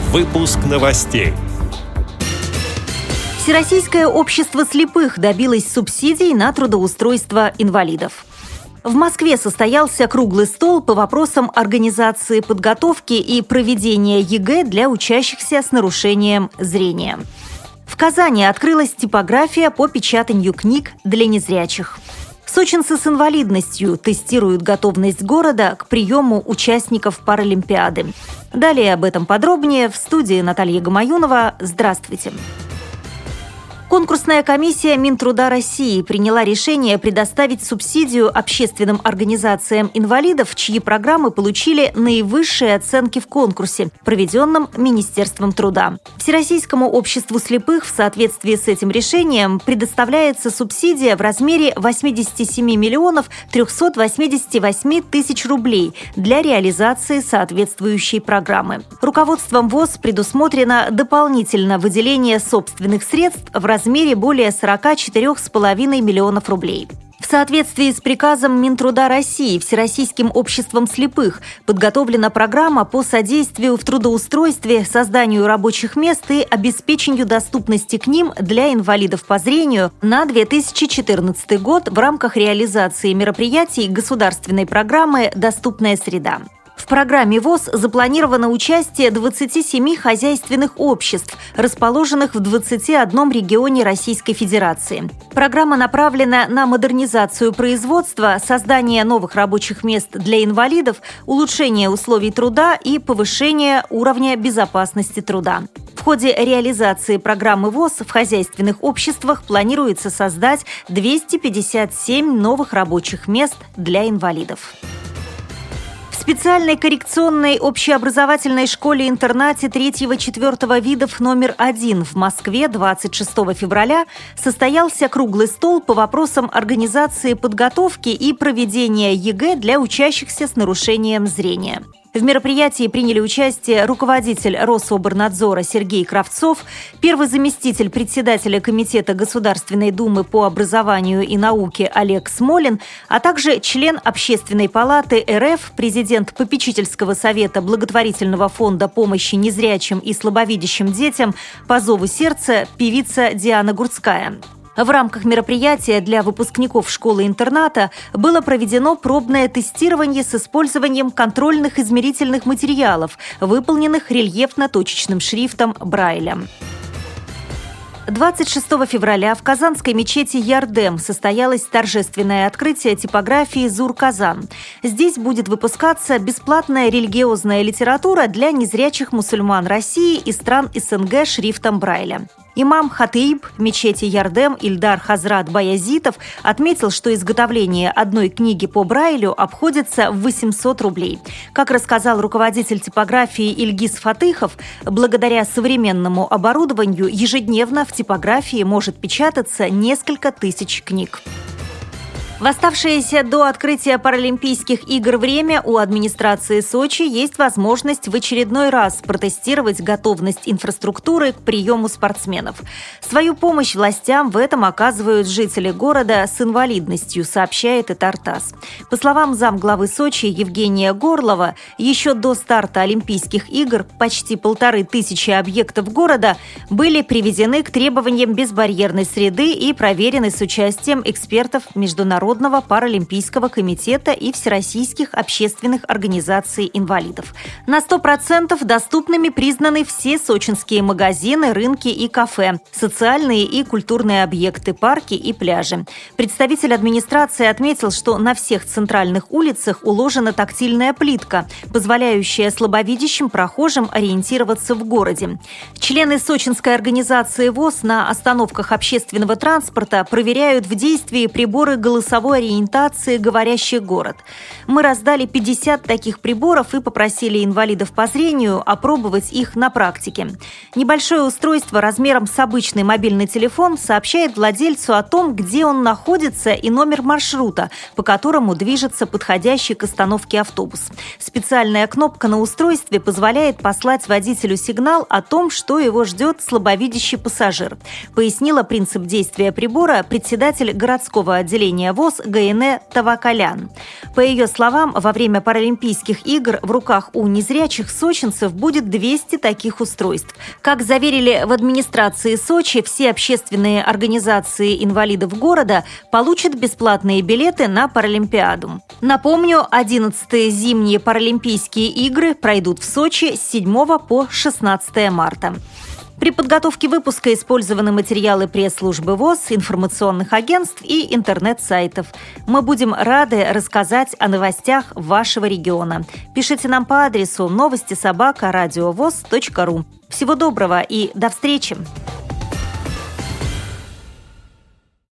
Выпуск новостей. Всероссийское общество слепых добилось субсидий на трудоустройство инвалидов. В Москве состоялся круглый стол по вопросам организации подготовки и проведения ЕГЭ для учащихся с нарушением зрения. В Казани открылась типография по печатанию книг для незрячих. Сочинцы с инвалидностью тестируют готовность города к приему участников Паралимпиады. Далее об этом подробнее в студии Наталья Гамаюнова. Здравствуйте. Конкурсная комиссия Минтруда России приняла решение предоставить субсидию общественным организациям инвалидов, чьи программы получили наивысшие оценки в конкурсе, проведенном Министерством труда. Всероссийскому обществу слепых в соответствии с этим решением предоставляется субсидия в размере 87 миллионов 388 тысяч рублей для реализации соответствующей программы. Руководством ВОС предусмотрено дополнительно выделение собственных средств в размере более 44,5 миллионов рублей. В соответствии с приказом Минтруда России Всероссийским обществом слепых подготовлена программа по содействию в трудоустройстве, созданию рабочих мест и обеспечению доступности к ним для инвалидов по зрению на 2014 год в рамках реализации мероприятий государственной программы «Доступная среда». В программе ВОС запланировано участие 27 хозяйственных обществ, расположенных в 21 регионе Российской Федерации. Программа направлена на модернизацию производства, создание новых рабочих мест для инвалидов, улучшение условий труда и повышение уровня безопасности труда. В ходе реализации программы ВОС в хозяйственных обществах планируется создать 257 новых рабочих мест для инвалидов. В специальной коррекционной общеобразовательной школе-интернате 3-4 видов номер 1 в Москве 26 февраля состоялся круглый стол по вопросам организации подготовки и проведения ЕГЭ для учащихся с нарушением зрения. В мероприятии приняли участие руководитель Рособорнадзора Сергей Кравцов, первый заместитель председателя Комитета Государственной Думы по образованию и науке Олег Смолин, а также член Общественной палаты РФ, президент Попечительского совета благотворительного фонда помощи незрячим и слабовидящим детям «По зову сердца» певица Диана Гурцкая. В рамках мероприятия для выпускников школы-интерната было проведено пробное тестирование с использованием контрольных измерительных материалов, выполненных рельефно-точечным шрифтом Брайля. 26 февраля в казанской мечети Ярдем состоялось торжественное открытие типографии «Зур-Казан». Здесь будет выпускаться бесплатная религиозная литература для незрячих мусульман России и стран СНГ шрифтом Брайля. Имам-хатиб мечети Ярдем Ильдар Хазрат Баязитов отметил, что изготовление одной книги по Брайлю обходится в 800 рублей. Как рассказал руководитель типографии Ильгиз Фатыхов, благодаря современному оборудованию ежедневно в типографии может печататься несколько тысяч книг. В оставшееся до открытия Паралимпийских игр время у администрации Сочи есть возможность в очередной раз протестировать готовность инфраструктуры к приему спортсменов. Свою помощь властям в этом оказывают жители города с инвалидностью, сообщает ТАРТАСС. По словам замглавы Сочи Евгения Горлова, еще до старта Олимпийских игр почти 1500 объектов города были приведены к требованиям безбарьерной среды и проверены с участием экспертов Международного паралимпийского комитета и всероссийских общественных организаций инвалидов. На 100% доступными признаны все сочинские магазины, рынки и кафе, социальные и культурные объекты, парки и пляжи. Представитель администрации отметил, что на всех центральных улицах уложена тактильная плитка, позволяющая слабовидящим прохожим ориентироваться в городе. Члены сочинской организации ВОС на остановках общественного транспорта проверяют в действии приборы голосовой ориентации «Говорящий город». Мы раздали 50 таких приборов и попросили инвалидов по зрению опробовать их на практике. Небольшое устройство размером с обычный мобильный телефон сообщает владельцу о том, где он находится, и номер маршрута, по которому движется подходящий к остановке автобус. Специальная кнопка на устройстве позволяет послать водителю сигнал о том, что его ждет слабовидящий пассажир, пояснила принцип действия прибора председатель городского отделения ВОС ВОЗ Гаине Тавакалян. По ее словам, во время Паралимпийских игр в руках у незрячих сочинцев будет 200 таких устройств. Как заверили в администрации Сочи, все общественные организации инвалидов города получат бесплатные билеты на Паралимпиаду. Напомню, 11-е зимние Паралимпийские игры пройдут в Сочи с 7 по 16 марта. При подготовке выпуска использованы материалы пресс-службы ВОЗ, информационных агентств и интернет-сайтов. Мы будем рады рассказать о новостях вашего региона. Пишите нам по адресу новости@радиовоз.ру. Всего доброго и до встречи!